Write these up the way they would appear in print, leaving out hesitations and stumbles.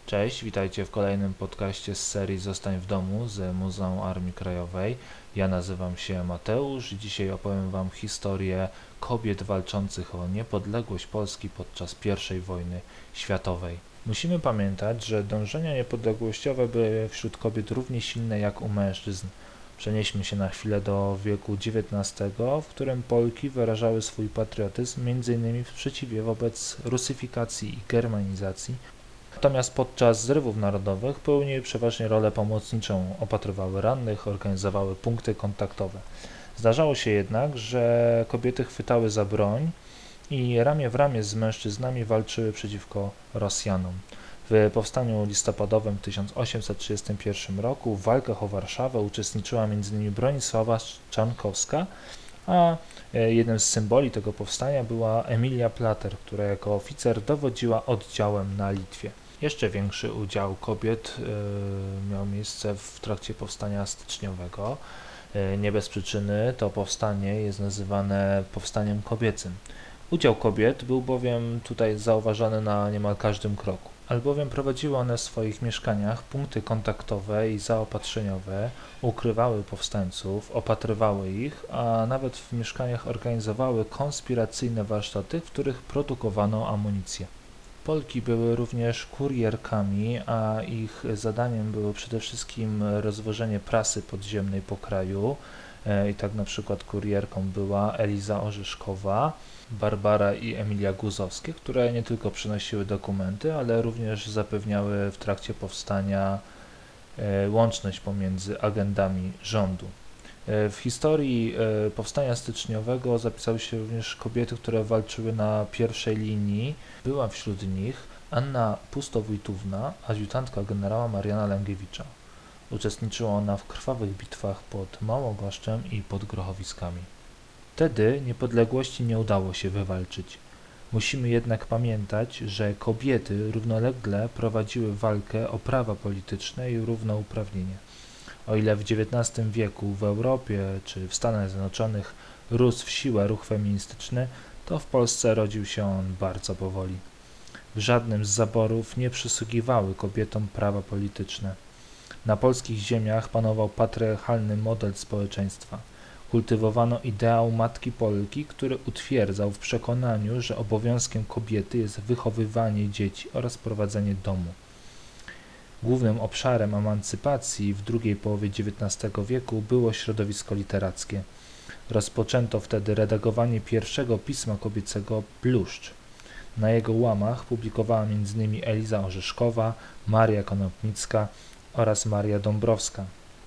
Cześć, witajcie w kolejnym podcaście z serii Zostań w domu z Muzeum Armii Krajowej. Ja nazywam się Mateusz i dzisiaj opowiem Wam historię kobiet walczących o niepodległość Polski podczas I wojny światowej. Musimy pamiętać, że dążenia niepodległościowe były wśród kobiet równie silne jak u mężczyzn. Przenieśmy się na chwilę do wieku XIX, w którym Polki wyrażały swój patriotyzm m.in. w sprzeciwie wobec rusyfikacji i germanizacji. Natomiast podczas zrywów narodowych pełniły przeważnie rolę pomocniczą, opatrywały rannych, organizowały punkty kontaktowe. Zdarzało się jednak, że kobiety chwytały za broń i ramię w ramię z mężczyznami walczyły przeciwko Rosjanom. W powstaniu listopadowym w 1831 roku w walkach o Warszawę uczestniczyła m.in. Bronisława Czarnkowska, a jednym z symboli tego powstania była Emilia Plater, która jako oficer dowodziła oddziałem na Litwie. Jeszcze większy udział kobiet miał miejsce w trakcie powstania styczniowego. Nie bez przyczyny to powstanie jest nazywane powstaniem kobiecym. Udział kobiet był bowiem tutaj zauważany na niemal każdym kroku, albowiem prowadziły one w swoich mieszkaniach punkty kontaktowe i zaopatrzeniowe, ukrywały powstańców, opatrywały ich, a nawet w mieszkaniach organizowały konspiracyjne warsztaty, w których produkowano amunicję. Polki były również kurierkami, a ich zadaniem było przede wszystkim rozwożenie prasy podziemnej po kraju. I tak na przykład kurierką była Eliza Orzeszkowa, Barbara i Emilia Guzowskie, które nie tylko przynosiły dokumenty, ale również zapewniały w trakcie powstania łączność pomiędzy agendami rządu. W historii powstania styczniowego zapisały się również kobiety, które walczyły na pierwszej linii. Była wśród nich Anna Pustowójtówna, adiutantka generała Mariana Lęgiewicza. Uczestniczyła ona w krwawych bitwach pod Małogoszczem i pod Grochowiskami. Wtedy niepodległości nie udało się wywalczyć. Musimy jednak pamiętać, że kobiety równolegle prowadziły walkę o prawa polityczne i równouprawnienie. O ile w XIX wieku w Europie czy w Stanach Zjednoczonych rósł w siłę ruch feministyczny, to w Polsce rodził się on bardzo powoli. W żadnym z zaborów nie przysługiwały kobietom prawa polityczne. Na polskich ziemiach panował patriarchalny model społeczeństwa. Kultywowano ideał matki Polki, który utwierdzał w przekonaniu, że obowiązkiem kobiety jest wychowywanie dzieci oraz prowadzenie domu. Głównym obszarem emancypacji w drugiej połowie XIX wieku było środowisko literackie. Rozpoczęto wtedy redagowanie pierwszego pisma kobiecego Bluszcz. Na jego łamach publikowała m.in. Eliza Orzeszkowa, Maria Konopnicka oraz Maria Dąbrowska.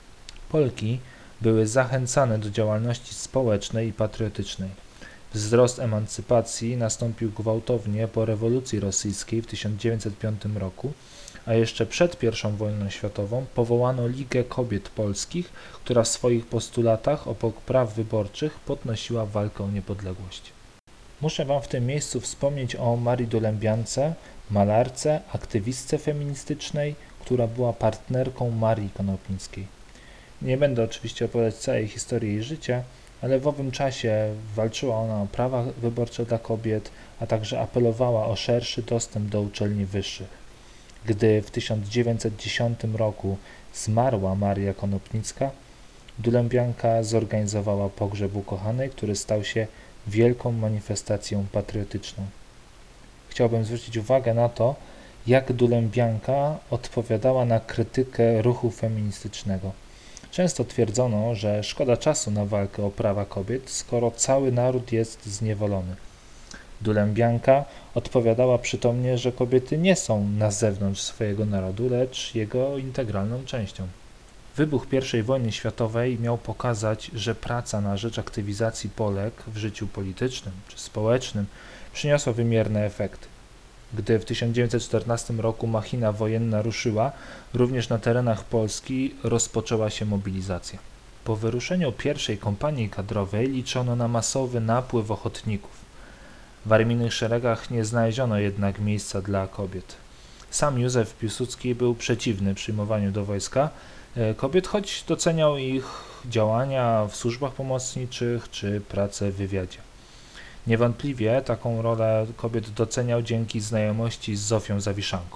Polki były zachęcane do działalności społecznej i patriotycznej. Wzrost emancypacji nastąpił gwałtownie po rewolucji rosyjskiej w 1905 roku, a jeszcze przed I wojną światową powołano Ligę Kobiet Polskich, która w swoich postulatach obok praw wyborczych podnosiła walkę o niepodległość. Muszę Wam w tym miejscu wspomnieć o Marii Dulębiance, malarce, aktywistce feministycznej, która była partnerką Marii Konopnickiej. Nie będę oczywiście opowiadać całej historii jej życia, ale w owym czasie walczyła ona o prawa wyborcze dla kobiet, a także apelowała o szerszy dostęp do uczelni wyższych. Gdy w 1910 roku zmarła Maria Konopnicka, Dulębianka zorganizowała pogrzeb ukochanej, który stał się wielką manifestacją patriotyczną. Chciałbym zwrócić uwagę na to, jak Dulębianka odpowiadała na krytykę ruchu feministycznego. Często twierdzono, że szkoda czasu na walkę o prawa kobiet, skoro cały naród jest zniewolony. Dulębianka odpowiadała przytomnie, że kobiety nie są na zewnątrz swojego narodu, lecz jego integralną częścią. Wybuch I wojny światowej miał pokazać, że praca na rzecz aktywizacji Polek w życiu politycznym czy społecznym przyniosła wymierne efekty. Gdy w 1914 roku machina wojenna ruszyła, również na terenach Polski rozpoczęła się mobilizacja. Po wyruszeniu pierwszej kompanii kadrowej liczono na masowy napływ ochotników. W armijnych szeregach nie znaleziono jednak miejsca dla kobiet. Sam Józef Piłsudski był przeciwny przyjmowaniu do wojska kobiet, choć doceniał ich działania w służbach pomocniczych czy pracę w wywiadzie. Niewątpliwie taką rolę kobiet doceniał dzięki znajomości z Zofią Zawiszanką.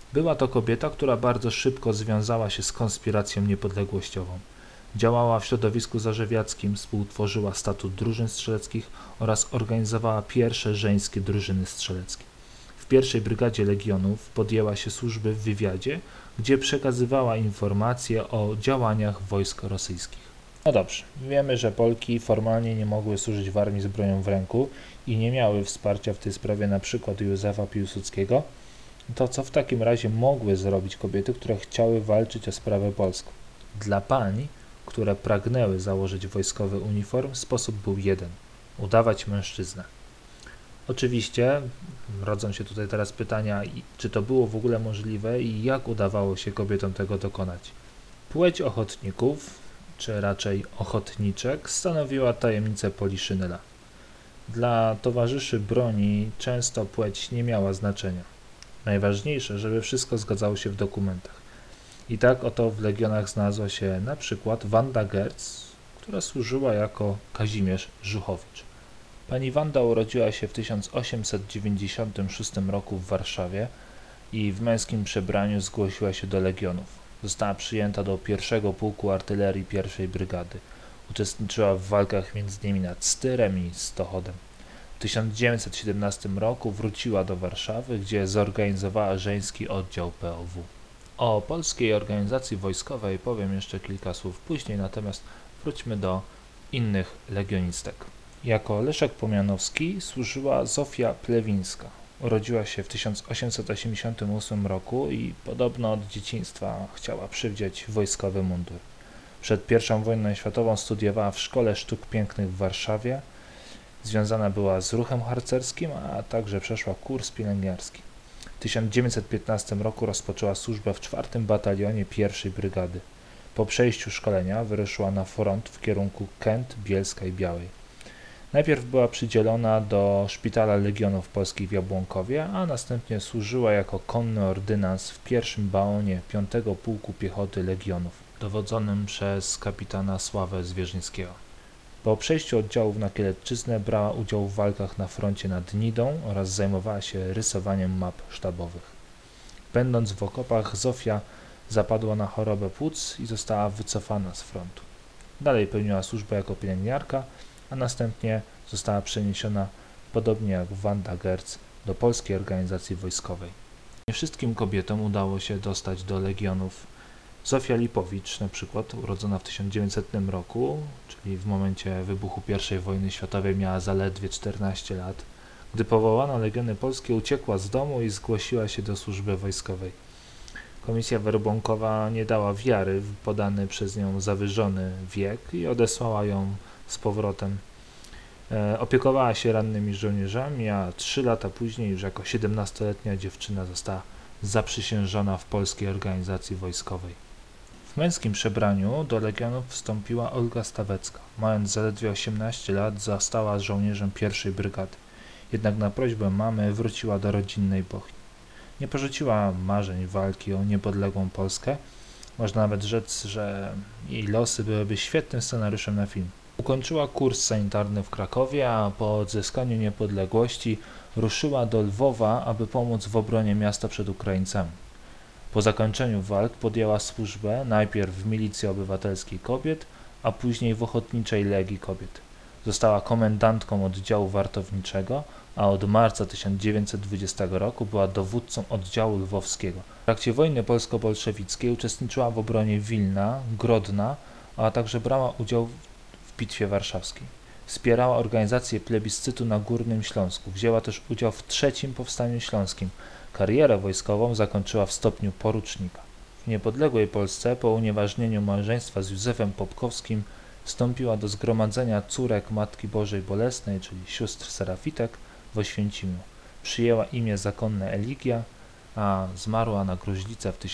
Była to kobieta, która bardzo szybko związała się z konspiracją niepodległościową. Działała w środowisku zarzewiackim, współtworzyła statut drużyn strzeleckich oraz organizowała pierwsze żeńskie drużyny strzeleckie. W pierwszej brygadzie legionów podjęła się służby w wywiadzie, gdzie przekazywała informacje o działaniach wojsk rosyjskich. No dobrze, wiemy, że Polki formalnie nie mogły służyć w armii z bronią w ręku i nie miały wsparcia w tej sprawie np. Józefa Piłsudskiego. To co w takim razie mogły zrobić kobiety, które chciały walczyć o sprawę polską? Dla pań, które pragnęły założyć wojskowy uniform, sposób był jeden – udawać mężczyznę. Oczywiście rodzą się tutaj teraz pytania, czy to było w ogóle możliwe i jak udawało się kobietom tego dokonać. Płeć ochotników, czy raczej ochotniczek, stanowiła tajemnicę Poliszynela. Dla towarzyszy broni często płeć nie miała znaczenia. Najważniejsze, żeby wszystko zgadzało się w dokumentach. I tak oto w legionach znalazła się na przykład Wanda Gerz, która służyła jako Kazimierz Żuchowicz. Pani Wanda urodziła się w 1896 roku w Warszawie i w męskim przebraniu zgłosiła się do legionów. Została przyjęta do pierwszego pułku artylerii pierwszej brygady. Uczestniczyła w walkach m.in. nad Styrem i Stochodem. W 1917 roku wróciła do Warszawy, gdzie zorganizowała żeński oddział POW. O polskiej organizacji wojskowej powiem jeszcze kilka słów później, natomiast wróćmy do innych legionistek. Jako Leszek Pomianowski służyła Zofia Plewińska. Urodziła się w 1888 roku i podobno od dzieciństwa chciała przywdziać wojskowy mundur. Przed I wojną światową studiowała w Szkole Sztuk Pięknych w Warszawie. Związana była z ruchem harcerskim, a także przeszła kurs pielęgniarski. W 1915 roku rozpoczęła służbę w 4. batalionie I Brygady. Po przejściu szkolenia wyruszyła na front w kierunku Kęt, Bielska i Białej. Najpierw była przydzielona do Szpitala Legionów Polskich w Jabłonkowie, a następnie służyła jako konny ordynans w 1. baonie 5. Pułku Piechoty Legionów, dowodzonym przez kapitana Sławę Zwierzyńskiego. Po przejściu oddziałów na Kielecczyznę brała udział w walkach na froncie nad Nidą oraz zajmowała się rysowaniem map sztabowych. Będąc w okopach, Zofia zapadła na chorobę płuc i została wycofana z frontu. Dalej pełniła służbę jako pielęgniarka, a następnie została przeniesiona, podobnie jak Wanda Gerz, do Polskiej Organizacji Wojskowej. Nie wszystkim kobietom udało się dostać do legionów. Zofia Lipowicz, na przykład, urodzona w 1900 roku, czyli w momencie wybuchu I wojny światowej, miała zaledwie 14 lat. Gdy powołano Legiony Polskie, uciekła z domu i zgłosiła się do służby wojskowej. Komisja werbunkowa nie dała wiary w podany przez nią zawyżony wiek i odesłała ją z powrotem. Opiekowała się rannymi żołnierzami, a 3 lata później, już jako 17-letnia dziewczyna, została zaprzysiężona w Polskiej Organizacji Wojskowej. W męskim przebraniu do legionów wstąpiła Olga Stawecka. Mając zaledwie 18 lat, została żołnierzem I Brygady. Jednak na prośbę mamy wróciła do rodzinnej Bochni. Nie porzuciła marzeń walki o niepodległą Polskę. Można nawet rzec, że jej losy byłyby świetnym scenariuszem na film. Ukończyła kurs sanitarny w Krakowie, a po odzyskaniu niepodległości ruszyła do Lwowa, aby pomóc w obronie miasta przed Ukraińcami. Po zakończeniu walk podjęła służbę najpierw w Milicji Obywatelskiej Kobiet, a później w Ochotniczej Legii Kobiet. Została komendantką oddziału wartowniczego, a od marca 1920 roku była dowódcą oddziału lwowskiego. W trakcie wojny polsko-bolszewickiej uczestniczyła w obronie Wilna, Grodna, a także brała udział w Bitwie Warszawskiej. Wspierała organizację plebiscytu na Górnym Śląsku. Wzięła też udział w III Powstaniu Śląskim. Karierę wojskową zakończyła w stopniu porucznika. W niepodległej Polsce po unieważnieniu małżeństwa z Józefem Popkowskim wstąpiła do Zgromadzenia Córek Matki Bożej Bolesnej, czyli sióstr Serafitek, w Oświęcimiu. Przyjęła imię zakonne Eligia, a zmarła na gruźlicę w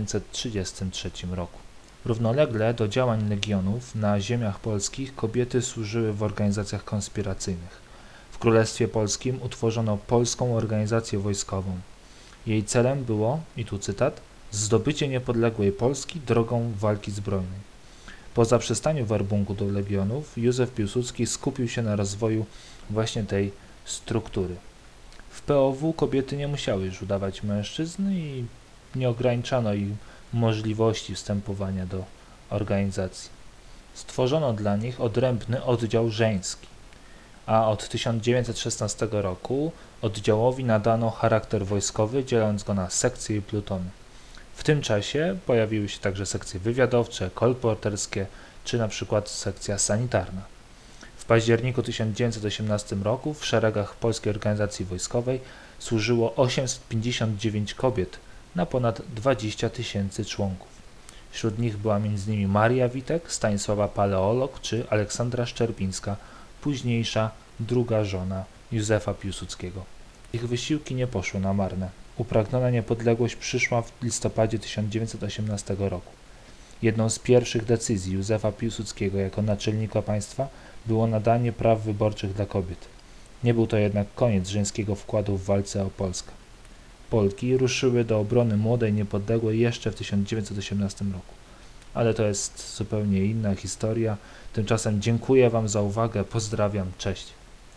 1933 roku. Równolegle do działań legionów na ziemiach polskich kobiety służyły w organizacjach konspiracyjnych. W Królestwie Polskim utworzono Polską Organizację Wojskową. Jej celem było, i tu cytat, zdobycie niepodległej Polski drogą walki zbrojnej. Po zaprzestaniu werbunku do legionów Józef Piłsudski skupił się na rozwoju właśnie tej struktury. W POW kobiety nie musiały już udawać mężczyzn i nie ograniczano im możliwości wstępowania do organizacji. Stworzono dla nich odrębny oddział żeński, a od 1916 roku oddziałowi nadano charakter wojskowy, dzieląc go na sekcje i plutony. W tym czasie pojawiły się także sekcje wywiadowcze, kolporterskie czy na przykład sekcja sanitarna. W październiku 1918 roku w szeregach Polskiej Organizacji Wojskowej służyło 859 kobiet na ponad 20 000 członków. Wśród nich była m.in. Maria Witek, Stanisława Paleolog czy Aleksandra Szczerbińska, późniejsza druga żona Józefa Piłsudskiego. Ich wysiłki nie poszły na marne. Upragniona niepodległość przyszła w listopadzie 1918 roku. Jedną z pierwszych decyzji Józefa Piłsudskiego jako naczelnika państwa było nadanie praw wyborczych dla kobiet. Nie był to jednak koniec żeńskiego wkładu w walce o Polskę. Polki ruszyły do obrony młodej niepodległej jeszcze w 1918 roku. Ale to jest zupełnie inna historia. Tymczasem dziękuję Wam za uwagę, pozdrawiam, cześć.